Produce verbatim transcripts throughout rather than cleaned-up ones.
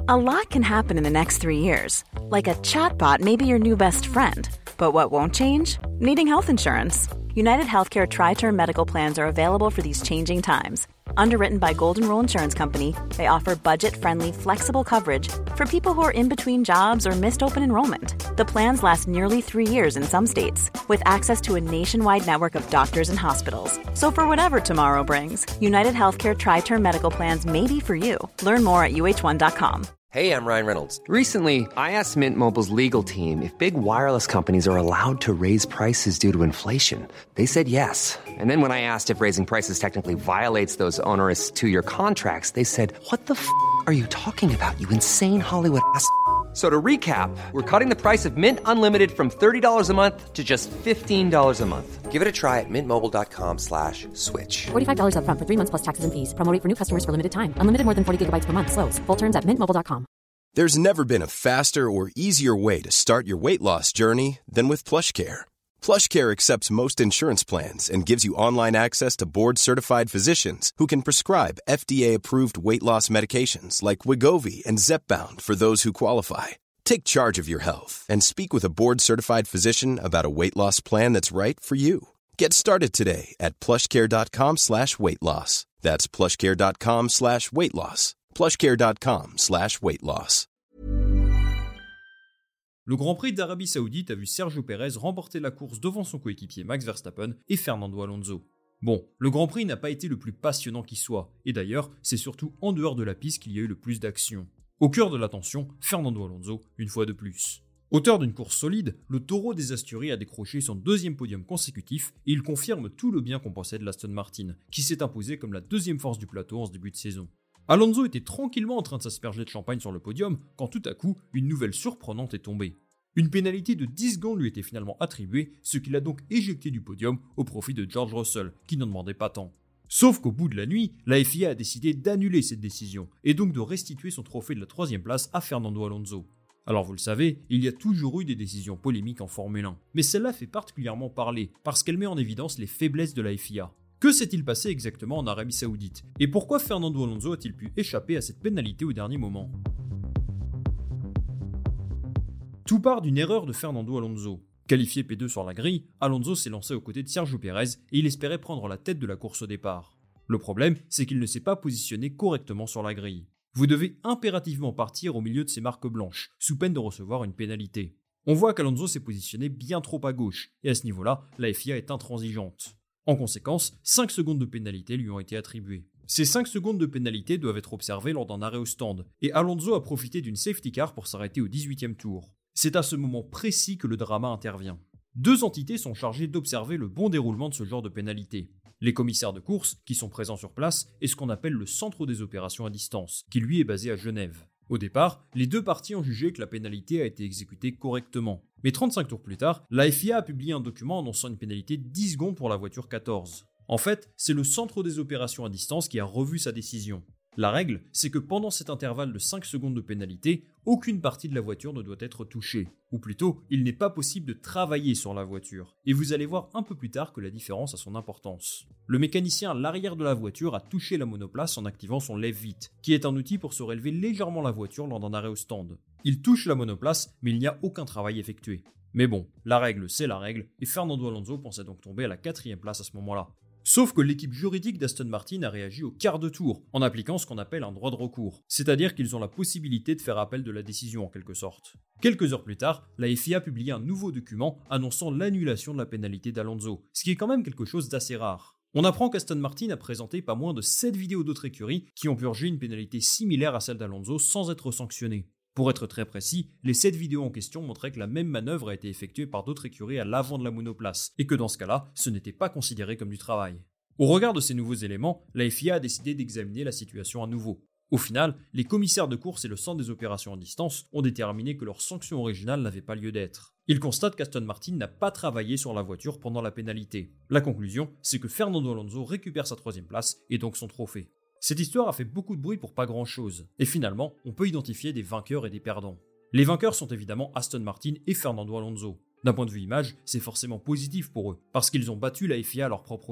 A lot can happen in the next three years. Like a chatbot may be your new best friend. But what won't change? Needing health insurance. United Healthcare Tri-Term Medical Plans are available for these changing times. Underwritten by Golden Rule Insurance Company, they offer budget-friendly, flexible coverage for people who are in between jobs or missed open enrollment. The plans last nearly three years in some states, with access to a nationwide network of doctors and hospitals. So for whatever tomorrow brings, United Healthcare Tri-Term Medical Plans may be for you. Learn more at U H one dot com. Hey, I'm Ryan Reynolds. Recently, I asked Mint Mobile's legal team if big wireless companies are allowed to raise prices due to inflation. They said yes. And then when I asked if raising prices technically violates those onerous two-year contracts, they said, what the f*** are you talking about, you insane Hollywood ass f- So to recap, we're cutting the price of Mint Unlimited from thirty dollars a month to just fifteen dollars a month. Give it a try at mintmobile.com slash switch. forty-five dollars up front for three months plus taxes and fees. Promo rate for new customers for limited time. Unlimited more than forty gigabytes per month. Slows full terms at mint mobile dot com. There's never been a faster or easier way to start your weight loss journey than with PlushCare. PlushCare accepts most insurance plans and gives you online access to board-certified physicians who can prescribe F D A-approved weight loss medications like Wegovy and Zepbound for those who qualify. Take charge of your health and speak with a board-certified physician about a weight loss plan that's right for you. Get started today at plushcare.com slash weight loss. That's plushcare.com slash weight loss. plushcare.com slash weight loss. Le Grand Prix d'Arabie Saoudite a vu Sergio Pérez remporter la course devant son coéquipier Max Verstappen et Fernando Alonso. Bon, le Grand Prix n'a pas été le plus passionnant qui soit, et d'ailleurs, c'est surtout en dehors de la piste qu'il y a eu le plus d'action. Au cœur de l'attention, Fernando Alonso, une fois de plus. Auteur d'une course solide, le taureau des Asturies a décroché son deuxième podium consécutif et il confirme tout le bien qu'on pensait de l'Aston Martin, qui s'est imposé comme la deuxième force du plateau en ce début de saison. Alonso était tranquillement en train de s'asperger de champagne sur le podium quand tout à coup, une nouvelle surprenante est tombée. Une pénalité de dix secondes lui était finalement attribuée, ce qui l'a donc éjecté du podium au profit de George Russell, qui n'en demandait pas tant. Sauf qu'au bout de la nuit, la F I A a décidé d'annuler cette décision, et donc de restituer son trophée de la troisième place à Fernando Alonso. Alors vous le savez, il y a toujours eu des décisions polémiques en Formule un, mais celle-là fait particulièrement parler, parce qu'elle met en évidence les faiblesses de la F I A. Que s'est-il passé exactement en Arabie Saoudite? Et pourquoi Fernando Alonso a-t-il pu échapper à cette pénalité au dernier moment? Tout part d'une erreur de Fernando Alonso. Qualifié P deux sur la grille, Alonso s'est lancé aux côtés de Sergio Pérez et il espérait prendre la tête de la course au départ. Le problème, c'est qu'il ne s'est pas positionné correctement sur la grille. Vous devez impérativement partir au milieu de ces marques blanches, sous peine de recevoir une pénalité. On voit qu'Alonso s'est positionné bien trop à gauche, et à ce niveau-là, la F I A est intransigeante. En conséquence, cinq secondes de pénalité lui ont été attribuées. Ces cinq secondes de pénalité doivent être observées lors d'un arrêt au stand, et Alonso a profité d'une safety car pour s'arrêter au dix-huitième tour. C'est à ce moment précis que le drama intervient. Deux entités sont chargées d'observer le bon déroulement de ce genre de pénalité. Les commissaires de course, qui sont présents sur place, et ce qu'on appelle le centre des opérations à distance, qui lui est basé à Genève. Au départ, les deux parties ont jugé que la pénalité a été exécutée correctement. Mais trente-cinq tours plus tard, la F I A a publié un document annonçant une pénalité de dix secondes pour la voiture quatorze. En fait, c'est le centre des opérations à distance qui a revu sa décision. La règle, c'est que pendant cet intervalle de cinq secondes de pénalité, aucune partie de la voiture ne doit être touchée. Ou plutôt, il n'est pas possible de travailler sur la voiture. Et vous allez voir un peu plus tard que la différence a son importance. Le mécanicien à l'arrière de la voiture a touché la monoplace en activant son lève-vite, qui est un outil pour se relever légèrement la voiture lors d'un arrêt au stand. Il touche la monoplace, mais il n'y a aucun travail effectué. Mais bon, la règle c'est la règle, et Fernando Alonso pensait donc tomber à la quatrième place à ce moment-là. Sauf que l'équipe juridique d'Aston Martin a réagi au quart de tour, en appliquant ce qu'on appelle un droit de recours, c'est-à-dire qu'ils ont la possibilité de faire appel de la décision en quelque sorte. Quelques heures plus tard, la F I A a publié un nouveau document annonçant l'annulation de la pénalité d'Alonso, ce qui est quand même quelque chose d'assez rare. On apprend qu'Aston Martin a présenté pas moins de sept vidéos d'autres écuries qui ont purgé une pénalité similaire à celle d'Alonso sans être sanctionnées. Pour être très précis, les sept vidéos en question montraient que la même manœuvre a été effectuée par d'autres écuries à l'avant de la monoplace, et que dans ce cas-là, ce n'était pas considéré comme du travail. Au regard de ces nouveaux éléments, la F I A a décidé d'examiner la situation à nouveau. Au final, les commissaires de course et le centre des opérations à distance ont déterminé que leur sanction originale n'avait pas lieu d'être. Ils constatent qu'Aston Martin n'a pas travaillé sur la voiture pendant la pénalité. La conclusion, c'est que Fernando Alonso récupère sa troisième place et donc son trophée. Cette histoire a fait beaucoup de bruit pour pas grand chose, et finalement, on peut identifier des vainqueurs et des perdants. Les vainqueurs sont évidemment Aston Martin et Fernando Alonso. D'un point de vue image, c'est forcément positif pour eux, parce qu'ils ont battu la F I A à leur propre jeu.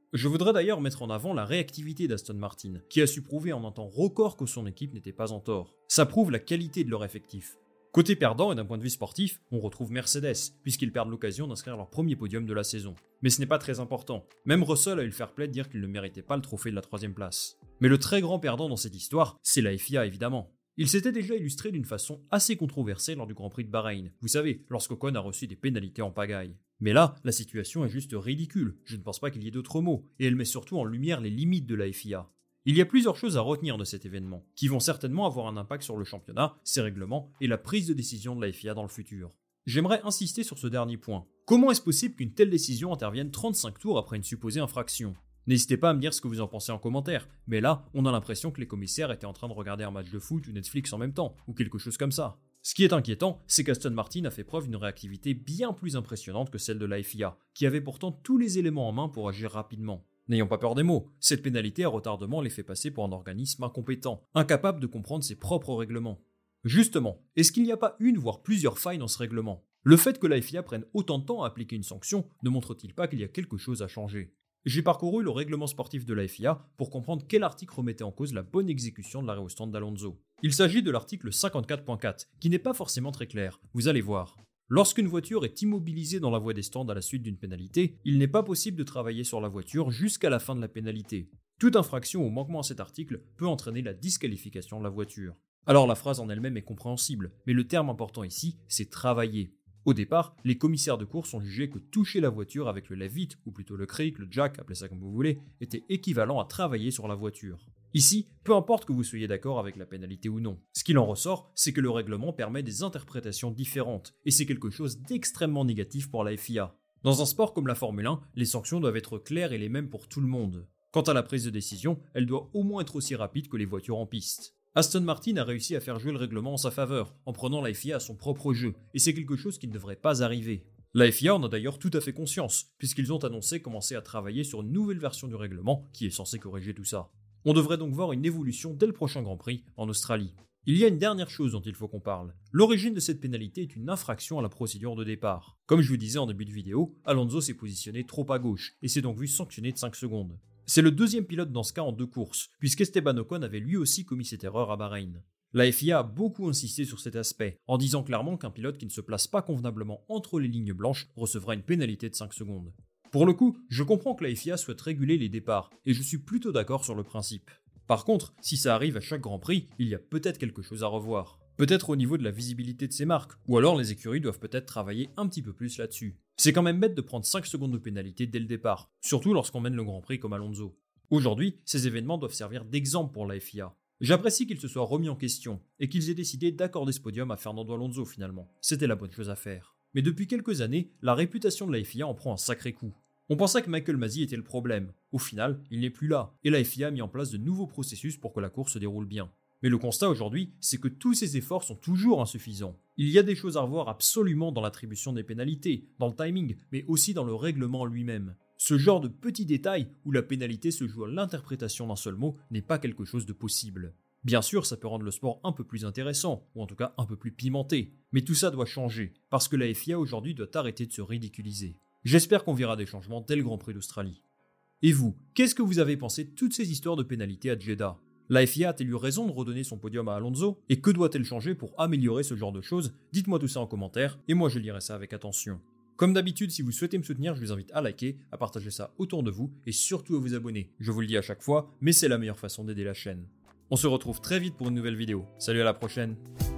Je voudrais d'ailleurs mettre en avant la réactivité d'Aston Martin, qui a su prouver en un temps record que son équipe n'était pas en tort. Ça prouve la qualité de leur effectif. Côté perdant et d'un point de vue sportif, on retrouve Mercedes, puisqu'ils perdent l'occasion d'inscrire leur premier podium de la saison. Mais ce n'est pas très important. Même Russell a eu le fair play de dire qu'il ne méritait pas le trophée de la troisième place. Mais le très grand perdant dans cette histoire, c'est la F I A évidemment. Il s'était déjà illustré d'une façon assez controversée lors du Grand Prix de Bahreïn, vous savez, lorsqu'Ocon a reçu des pénalités en pagaille. Mais là, la situation est juste ridicule, je ne pense pas qu'il y ait d'autres mots, et elle met surtout en lumière les limites de la F I A. Il y a plusieurs choses à retenir de cet événement, qui vont certainement avoir un impact sur le championnat, ses règlements et la prise de décision de la F I A dans le futur. J'aimerais insister sur ce dernier point. Comment est-ce possible qu'une telle décision intervienne trente-cinq tours après une supposée infraction ? N'hésitez pas à me dire ce que vous en pensez en commentaire, mais là, on a l'impression que les commissaires étaient en train de regarder un match de foot ou Netflix en même temps, ou quelque chose comme ça. Ce qui est inquiétant, c'est qu'Aston Martin a fait preuve d'une réactivité bien plus impressionnante que celle de la F I A, qui avait pourtant tous les éléments en main pour agir rapidement. N'ayons pas peur des mots, cette pénalité à retardement les fait passer pour un organisme incompétent, incapable de comprendre ses propres règlements. Justement, est-ce qu'il n'y a pas une voire plusieurs failles dans ce règlement ? Le fait que la F I A prenne autant de temps à appliquer une sanction ne montre-t-il pas qu'il y a quelque chose à changer ? J'ai parcouru le règlement sportif de la F I A pour comprendre quel article remettait en cause la bonne exécution de l'arrêt au stand d'Alonso. Il s'agit de l'article cinquante-quatre point quatre, qui n'est pas forcément très clair, vous allez voir. Lorsqu'une voiture est immobilisée dans la voie des stands à la suite d'une pénalité, il n'est pas possible de travailler sur la voiture jusqu'à la fin de la pénalité. Toute infraction ou manquement à cet article peut entraîner la disqualification de la voiture. Alors la phrase en elle-même est compréhensible, mais le terme important ici, c'est travailler. Au départ, les commissaires de course ont jugé que toucher la voiture avec le lève-vite, ou plutôt le cric, le jack, appelez ça comme vous voulez, était équivalent à travailler sur la voiture. Ici, peu importe que vous soyez d'accord avec la pénalité ou non. Ce qu'il en ressort, c'est que le règlement permet des interprétations différentes, et c'est quelque chose d'extrêmement négatif pour la F I A. Dans un sport comme la Formule un, les sanctions doivent être claires et les mêmes pour tout le monde. Quant à la prise de décision, elle doit au moins être aussi rapide que les voitures en piste. Aston Martin a réussi à faire jouer le règlement en sa faveur, en prenant la F I A à son propre jeu, et c'est quelque chose qui ne devrait pas arriver. La F I A en a d'ailleurs tout à fait conscience, puisqu'ils ont annoncé commencer à travailler sur une nouvelle version du règlement qui est censée corriger tout ça. On devrait donc voir une évolution dès le prochain Grand Prix en Australie. Il y a une dernière chose dont il faut qu'on parle. L'origine de cette pénalité est une infraction à la procédure de départ. Comme je vous disais en début de vidéo, Alonso s'est positionné trop à gauche et s'est donc vu sanctionné de cinq secondes. C'est le deuxième pilote dans ce cas en deux courses, puisqu'Esteban Ocon avait lui aussi commis cette erreur à Bahreïn. La F I A a beaucoup insisté sur cet aspect, en disant clairement qu'un pilote qui ne se place pas convenablement entre les lignes blanches recevra une pénalité de cinq secondes. Pour le coup, je comprends que la F I A souhaite réguler les départs, et je suis plutôt d'accord sur le principe. Par contre, si ça arrive à chaque Grand Prix, il y a peut-être quelque chose à revoir. Peut-être au niveau de la visibilité de ces marques, ou alors les écuries doivent peut-être travailler un petit peu plus là-dessus. C'est quand même bête de prendre cinq secondes de pénalité dès le départ, surtout lorsqu'on mène le Grand Prix comme Alonso. Aujourd'hui, ces événements doivent servir d'exemple pour la F I A. J'apprécie qu'ils se soient remis en question, et qu'ils aient décidé d'accorder ce podium à Fernando Alonso finalement. C'était la bonne chose à faire. Mais depuis quelques années, la réputation de la F I A en prend un sacré coup. On pensait que Michael Masi était le problème. Au final, il n'est plus là, et la F I A a mis en place de nouveaux processus pour que la course se déroule bien. Mais le constat aujourd'hui, c'est que tous ces efforts sont toujours insuffisants. Il y a des choses à revoir absolument dans l'attribution des pénalités, dans le timing, mais aussi dans le règlement lui-même. Ce genre de petits détails où la pénalité se joue à l'interprétation d'un seul mot n'est pas quelque chose de possible. Bien sûr, ça peut rendre le sport un peu plus intéressant, ou en tout cas un peu plus pimenté, mais tout ça doit changer, parce que la F I A aujourd'hui doit arrêter de se ridiculiser. J'espère qu'on verra des changements dès le Grand Prix d'Australie. Et vous, qu'est-ce que vous avez pensé de toutes ces histoires de pénalités à Jeddah ? La F I A a-t-elle eu raison de redonner son podium à Alonso ? Et que doit-elle changer pour améliorer ce genre de choses ? Dites-moi tout ça en commentaire, et moi je lirai ça avec attention. Comme d'habitude, si vous souhaitez me soutenir, je vous invite à liker, à partager ça autour de vous, et surtout à vous abonner. Je vous le dis à chaque fois, mais c'est la meilleure façon d'aider la chaîne. On se retrouve très vite pour une nouvelle vidéo. Salut, à la prochaine.